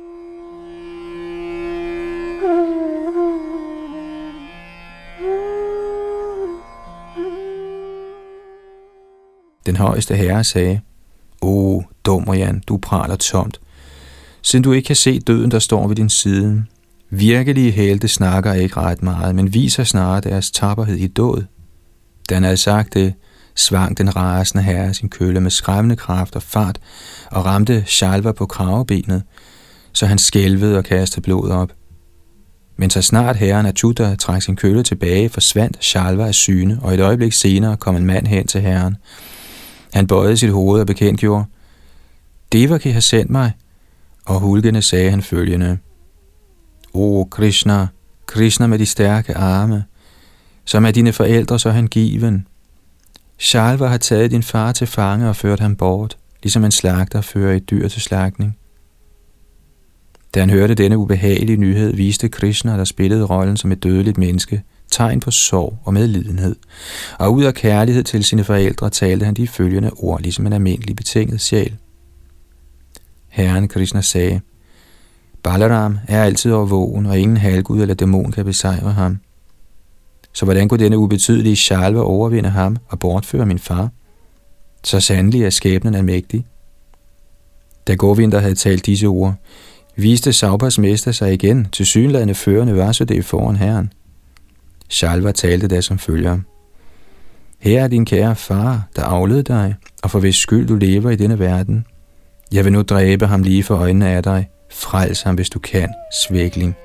Den højeste herre sagde: O, Domrian, du praler tomt, siden du ikke kan se døden, der står ved din side. Virkelige helte snakker ikke ret meget, men viser snarere deres tapperhed i dåd. Da han havde sagt det, svang den rasende herre sin kølle med skræmmende kraft og fart og ramte Shalva på kravebenet, så han skælvede og kastede blod op. Men så snart herren Achyuta trak sin kølle tilbage, forsvandt Shalva af syne, og et øjeblik senere kom en mand hen til herren. Han bøjede sit hoved og bekendtgjorde: Devaki har sendt mig. Og hulkende sagde han følgende: O Krishna, Krishna med de stærke arme, som er dine forældre så hengiven. Shalva har taget din far til fange og ført ham bort, ligesom en slagter fører et dyr til slagtning. Da han hørte denne ubehagelige nyhed, viste Krishna, der spillede rollen som et dødeligt menneske, tegn på sorg og medlidenhed, og ud af kærlighed til sine forældre talte han de følgende ord, ligesom en almindelig betinget sjæl. Herren Krishna sagde: Balaram er altid overvågen, og ingen halvgud eller dæmon kan besejre ham. Så hvordan kunne denne ubetydelige Shalva overvinde ham og bortføre min far? Så sandelig er skæbnen almægtig. Da Govinda havde talt disse ord, viste Saubhas mester sig igen, tilsyneladende førende Vasudev foran herren. Shalva talte da som følger: Her er din kære far, der avlede dig, og for hvis skyld du lever i denne verden. Jeg vil nu dræbe ham lige for øjnene af dig. Frels ham, hvis du kan, svækling.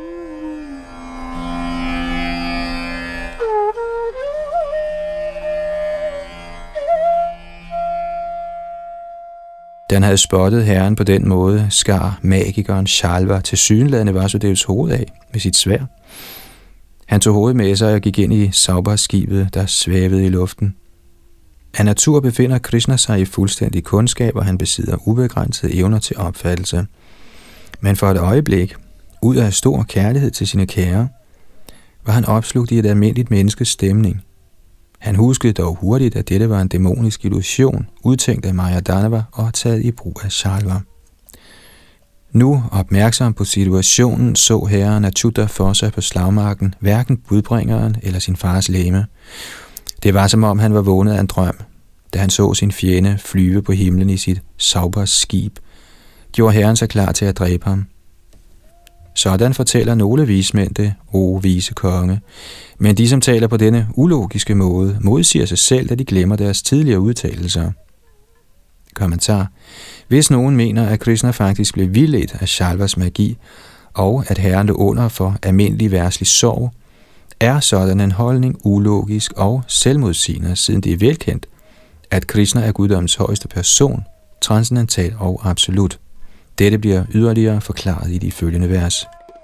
Da han havde spottet herren på den måde, skar magikeren Shalva tilsyneladende Vasudevs hoved af med sit sværd. Han tog hovedet med sig og gik ind i Saubhas-skibet, der svævede i luften. Af natur befinder Krishna sig i fuldstændig kundskab, og han besidder ubegrænsede evner til opfattelse. Men for et øjeblik, ud af stor kærlighed til sine kære, var han opslugt i et almindeligt menneskes stemning. Han huskede dog hurtigt, at dette var en dæmonisk illusion, udtænkt af Mayadanava og taget i brug af Shalva. Nu, opmærksom på situationen, så herren Achyuta for sig på slagmarken, hverken budbringeren eller sin fars legeme. Det var som om han var vågnet af en drøm. Da han så sin fjende flyve på himlen i sit Saubhas skib, gjorde herren sig klar til at dræbe ham. Sådan fortæller nogle vismænd det, o vise konge, men de, som taler på denne ulogiske måde, modsiger sig selv, da de glemmer deres tidligere udtalelser. Kommentar: Hvis nogen mener, at Krishna faktisk blev vildledt af Shalvas magi, og at herren lå under for almindelig verdslig sorg, er sådan en holdning ulogisk og selvmodsigende, siden det er velkendt, at Krishna er guddommens højeste person, transcendental og absolut. Dette bliver yderligere forklaret i de følgende vers.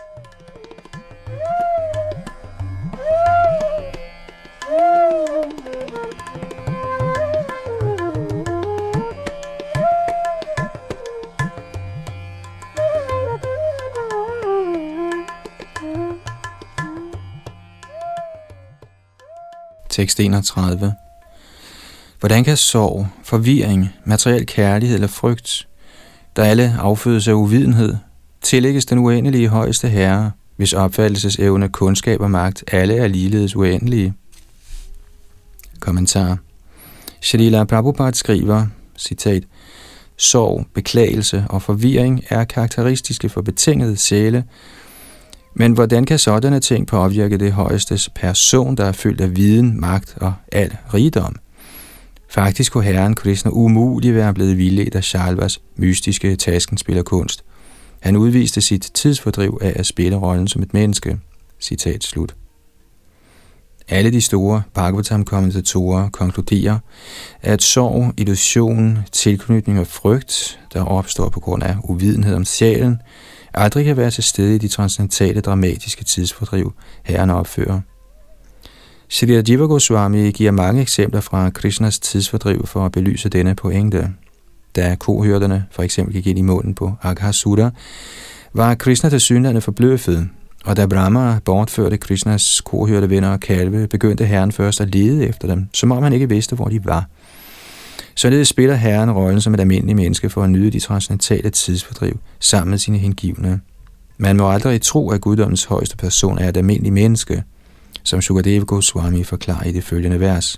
Tekst enogtredive. Hvordan kan sorg, forvirring, materiel kærlighed eller frygt, der alle affødes af uvidenhed, tillægges den uendelige højeste herre, hvis opfattelsesevne, kundskab og magt alle er ligeledes uendelige? Kommentar. Srila Prabhupada skriver, citat, sorg, beklagelse og forvirring er karakteristiske for betingede sjæle, men hvordan kan sådanne ting påvirke det højestes person, der er fyldt af viden, magt og al rigdom? Faktisk kunne herren Krishna umuligt være blevet vildledt af Shalvas mystiske taskenspillerkunst. Han udviste sit tidsfordriv af at spille rollen som et menneske. Citat slut. Alle de store Bhagavatam-kommentatorer konkluderer, at sorg, illusion, tilknytning og frygt, der opstår på grund af uvidenhed om sjælen, aldrig kan være til stede i de transcendentale dramatiske tidsfordriv, herren opfører. Srila Jiva Goswami giver mange eksempler fra Krishnas tidsfordriv for at belyse denne pointe. Da kohyrderne for eksempel gik ind i munden på Aghasura, var Krishna tilsyneladende forbløffet, og da Brahma bortførte Krishnas kohyrdevenner og kalve, begyndte herren først at lede efter dem, som om han ikke vidste, hvor de var. Således spiller herren rollen som et almindeligt menneske for at nyde de transcendentale tidsfordriv sammen med sine hengivne. Man må aldrig tro, at guddommens højeste person er et almindeligt menneske, som Shukadeva Goswami forklarer i det følgende vers.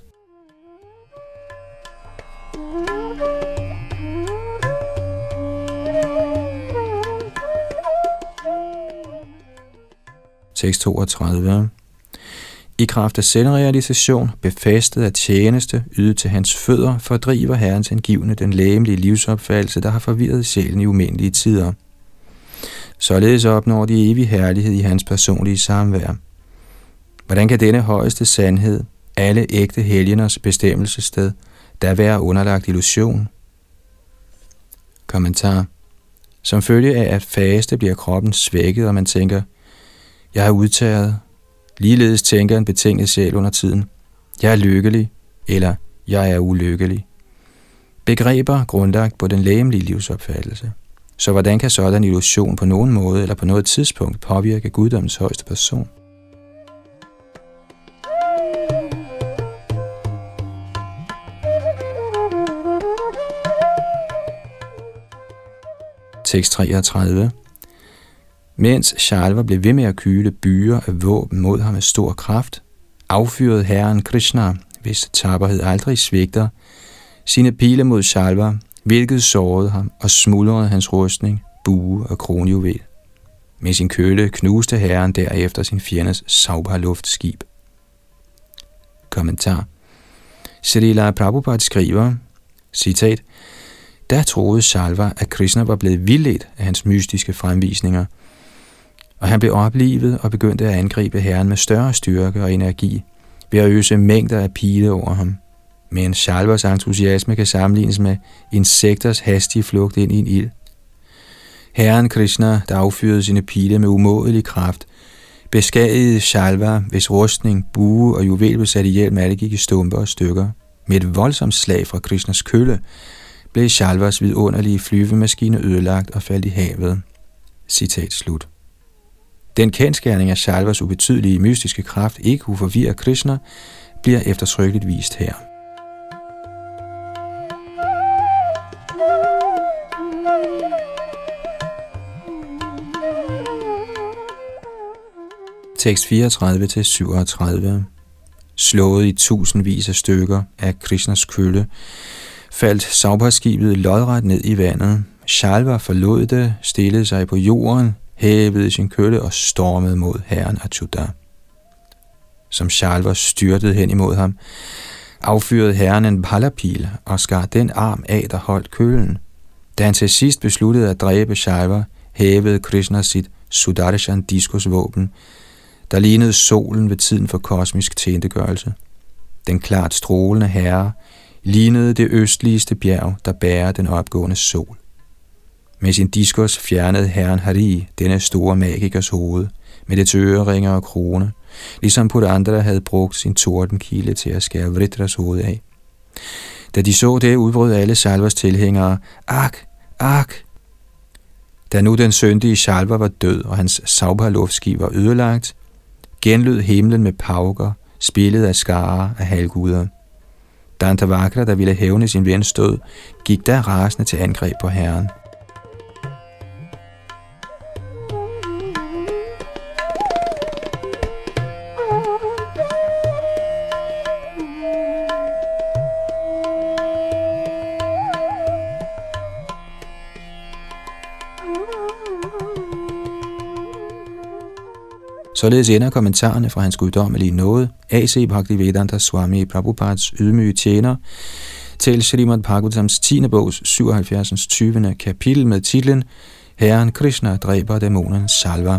Tekst toogtredive. I kraft af selvrealisation, befæstet af tjeneste, ydet til hans fødder, fordriver herrens hengivne den legemlige livsopfattelse, der har forvirret sjælen i umindelige tider. Således opnår de evig herlighed i hans personlige samvær. Hvordan kan denne højeste sandhed, alle ægte helgeners bestemmelsessted, der være underlagt illusion? Kommentar. Som følge af at faste bliver kroppen svækket, og man tænker, jeg er udtaget. Ligeledes tænker en betinget sjæl under tiden, jeg er lykkelig, eller jeg er ulykkelig. Begreber grundlagt på den legemlige livsopfattelse. Så hvordan kan sådan en illusion på nogen måde eller på noget tidspunkt påvirke guddommens højeste person? Tekst treogtredive. Mens Shalva blev ved med at kyle byer af våben mod ham med stor kraft, affyrede herren Krishna, hvis tapperhed aldrig svigter, sine pile mod Shalva, hvilket sårede ham og smuldrede hans rustning, bue og kronjuvel. Med sin køle knuste herren derefter sin fjendes Saubha-luftskib. Kommentar. Srila Prabhupada skriver, citat, der troede Shalva, at Krishna var blevet vildledt af hans mystiske fremvisninger, og han blev oplivet og begyndte at angribe herren med større styrke og energi ved at øse mængder af pile over ham. Men Shalvas entusiasme kan sammenlignes med insekters hastige flugt ind i en ild. Herren Krishna, der affyrede sine pile med umådelig kraft, beskadede Shalva, hvis rustning, bue og juvel blev sat ihjel med, alle gik i stumper og stykker. Med et voldsomt slag fra Krishnas kølle blev Shalvas vidunderlige flyvemaskine ødelagt og faldt i havet. Citat slut. Den kendsgerning af Shalvas ubetydelige mystiske kraft ikke kunne forvirre Krishna, bliver eftertrykkeligt vist her. Tekst fireogtredive til syvogtredive. Slået i tusindvis af stykker af Krishnas kølle, faldt Saubha-skibet lodret ned i vandet. Shalva forlod det, stillede sig på jorden, hævede sin kølle og stormede mod herren Achyuta. Som Shalva styrtede hen imod ham, affyrede herren en ballapil og skar den arm af, der holdt køllen. Da han til sidst besluttede at dræbe Shalva, hævede Krishna sit Sudarshan diskusvåben, der lignede solen ved tiden for kosmisk tilintetgørelse. Den klart strålende herre lignede det østligste bjerg, der bærer den opgående sol. Med sin diskus fjernede herren Hari denne store magikers hoved, med dets øreringer og krone, ligesom Purandara havde brugt sin tordenkilde til at skære Vritras hoved af. Da de så det, udbrød alle Shalvas tilhængere, ak, ak. Da nu den syndige Shalva var død, og hans Saubha-luftskib var ødelagt, genlød himlen med pauker, spillet af skarer af halvguder. Dantavakra, der ville hævne sin vens død, gik der rasende til angreb på herren. Således ender kommentarerne fra hans guddommelige nåde, A C Bhaktivedanta Swami Prabhupads ydmyge tjener, til Srimad Bhagavatams tiende bogs syvoghalvfjerds tyvende kapitel med titlen Herren Krishna dræber dæmonen Shalva.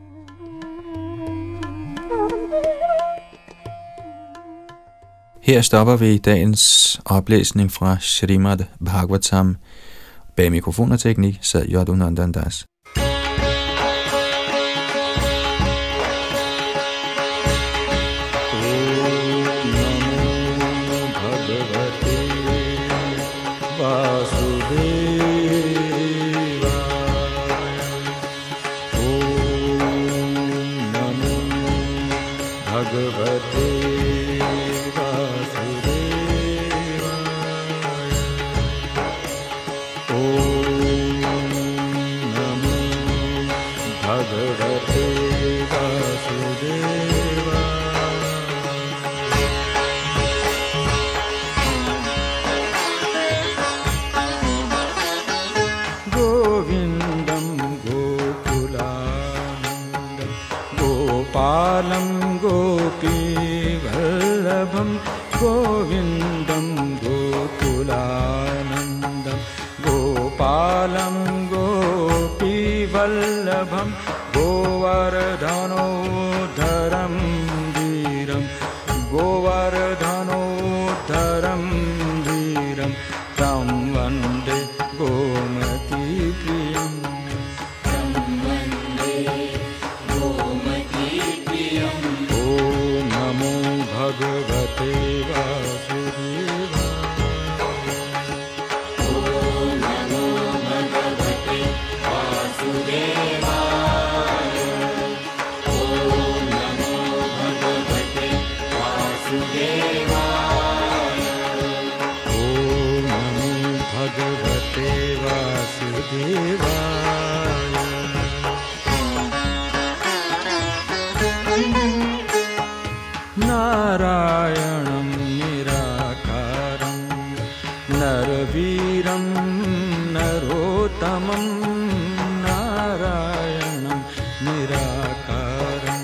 Her stopper vi dagens oplæsning fra Srimad Bhagavatam. Bag mikrofon og teknik sad Yadunandan Das. Gopalam Gopi Vallabham Govindam Gokulanandam Gopalam Gopi Vallabham Govardhano Dharam Dhiram Govardhano Dharam Dhiram Tam Vande Gomati Priyam Bhagavate Vasudevaya. Om Namo Bhagavate Vasudevaya. Om Namo Bhagavate Vasudevaya. Om Namo Bhagavate Vasudevaya. नारायणं निराकारं नरवीरं नरोत्तमं नारायणं निराकारं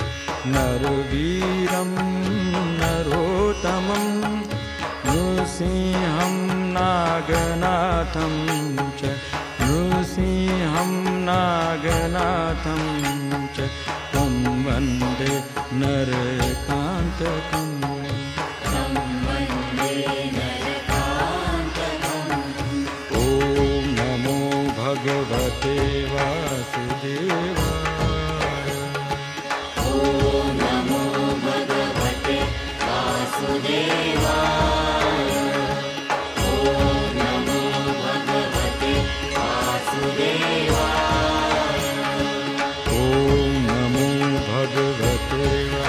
नरवीरं नरोत्तमं नृसिंहं नागनाथं च नृसिंहं नागनाथं च तं वन्दे नरकान्तकम् तं वन्दे नरकान्तकम्। ॐ नमो भगवते वासुदेवाय। ॐ नमो भगवते वासुदेवाय। ॐ नमो भगवते वासुदेवाय। ॐ नमो भगवते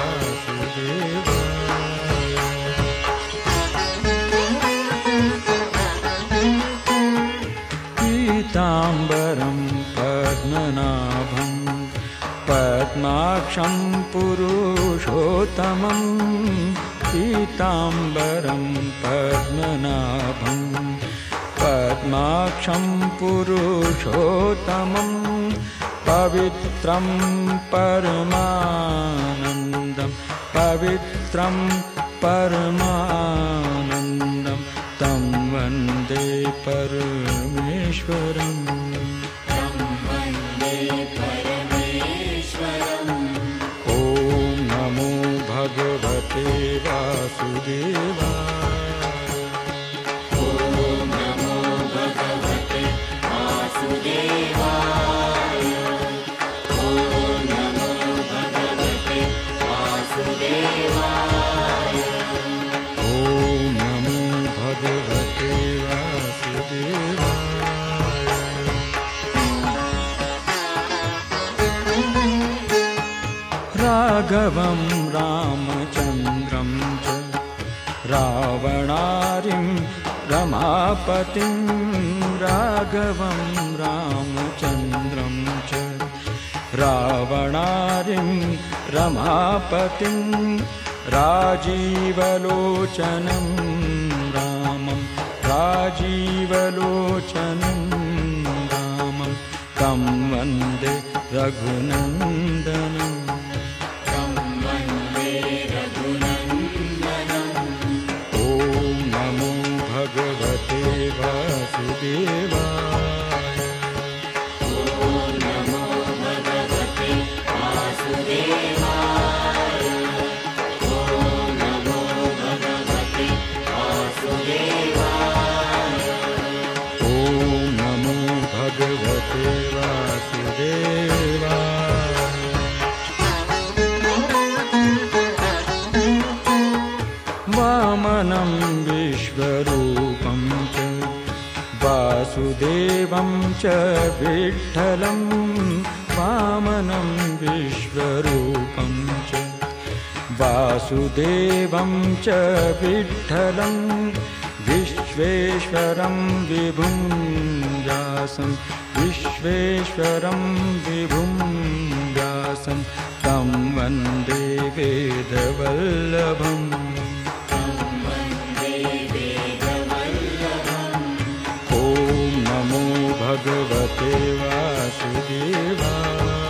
पीताम्बरं पद्मनाभं पद्माक्षं पुरुषोत्तमं पीताम्बरं पद्मनाभं पद्माक्षं पुरुषोत्तमं पवित्रं परमानन्दं पवित्रं परमानन्दं तं वन्दे परमेश्वरं तं वन्दे परमेश्वरम्। ॐ नमो भगवते वासुदेवाय। ॐ नमो भगवते वासुदेवाय। ॐ नमो भगवते वासुदेवाय। ॐ नमो भगवते वासुदेवाय। राघवं रामचन्द्रं च रावणारिं रमापतिं राघवं रामचन्द्रं च रावणारिं रमापतिं राजीवलोचनं रामं राजीवलोचनं रामं तं वन्दे रघुनन्दनं तं वन्दे रघुनन्दनम्। ॐ नमो भगवते वासुदेवाय। ॐ नमो भगवते वासुदेवाय। ॐ नमो भगवते वासुदेवाय। ॐ नमो भगवते वासुदेवाय। वामनं विश्वरूपं च वासुदेवं च विठ्ठलं वामनं विश्वरूपं च वासुदेवं च विठ्ठलं विश्वेश्वरं विभुं व्यासं विश्वेश्वरं विभुं व्यासं तं वन्दे वेदवल्लभम् भगवते वासुदेवाय।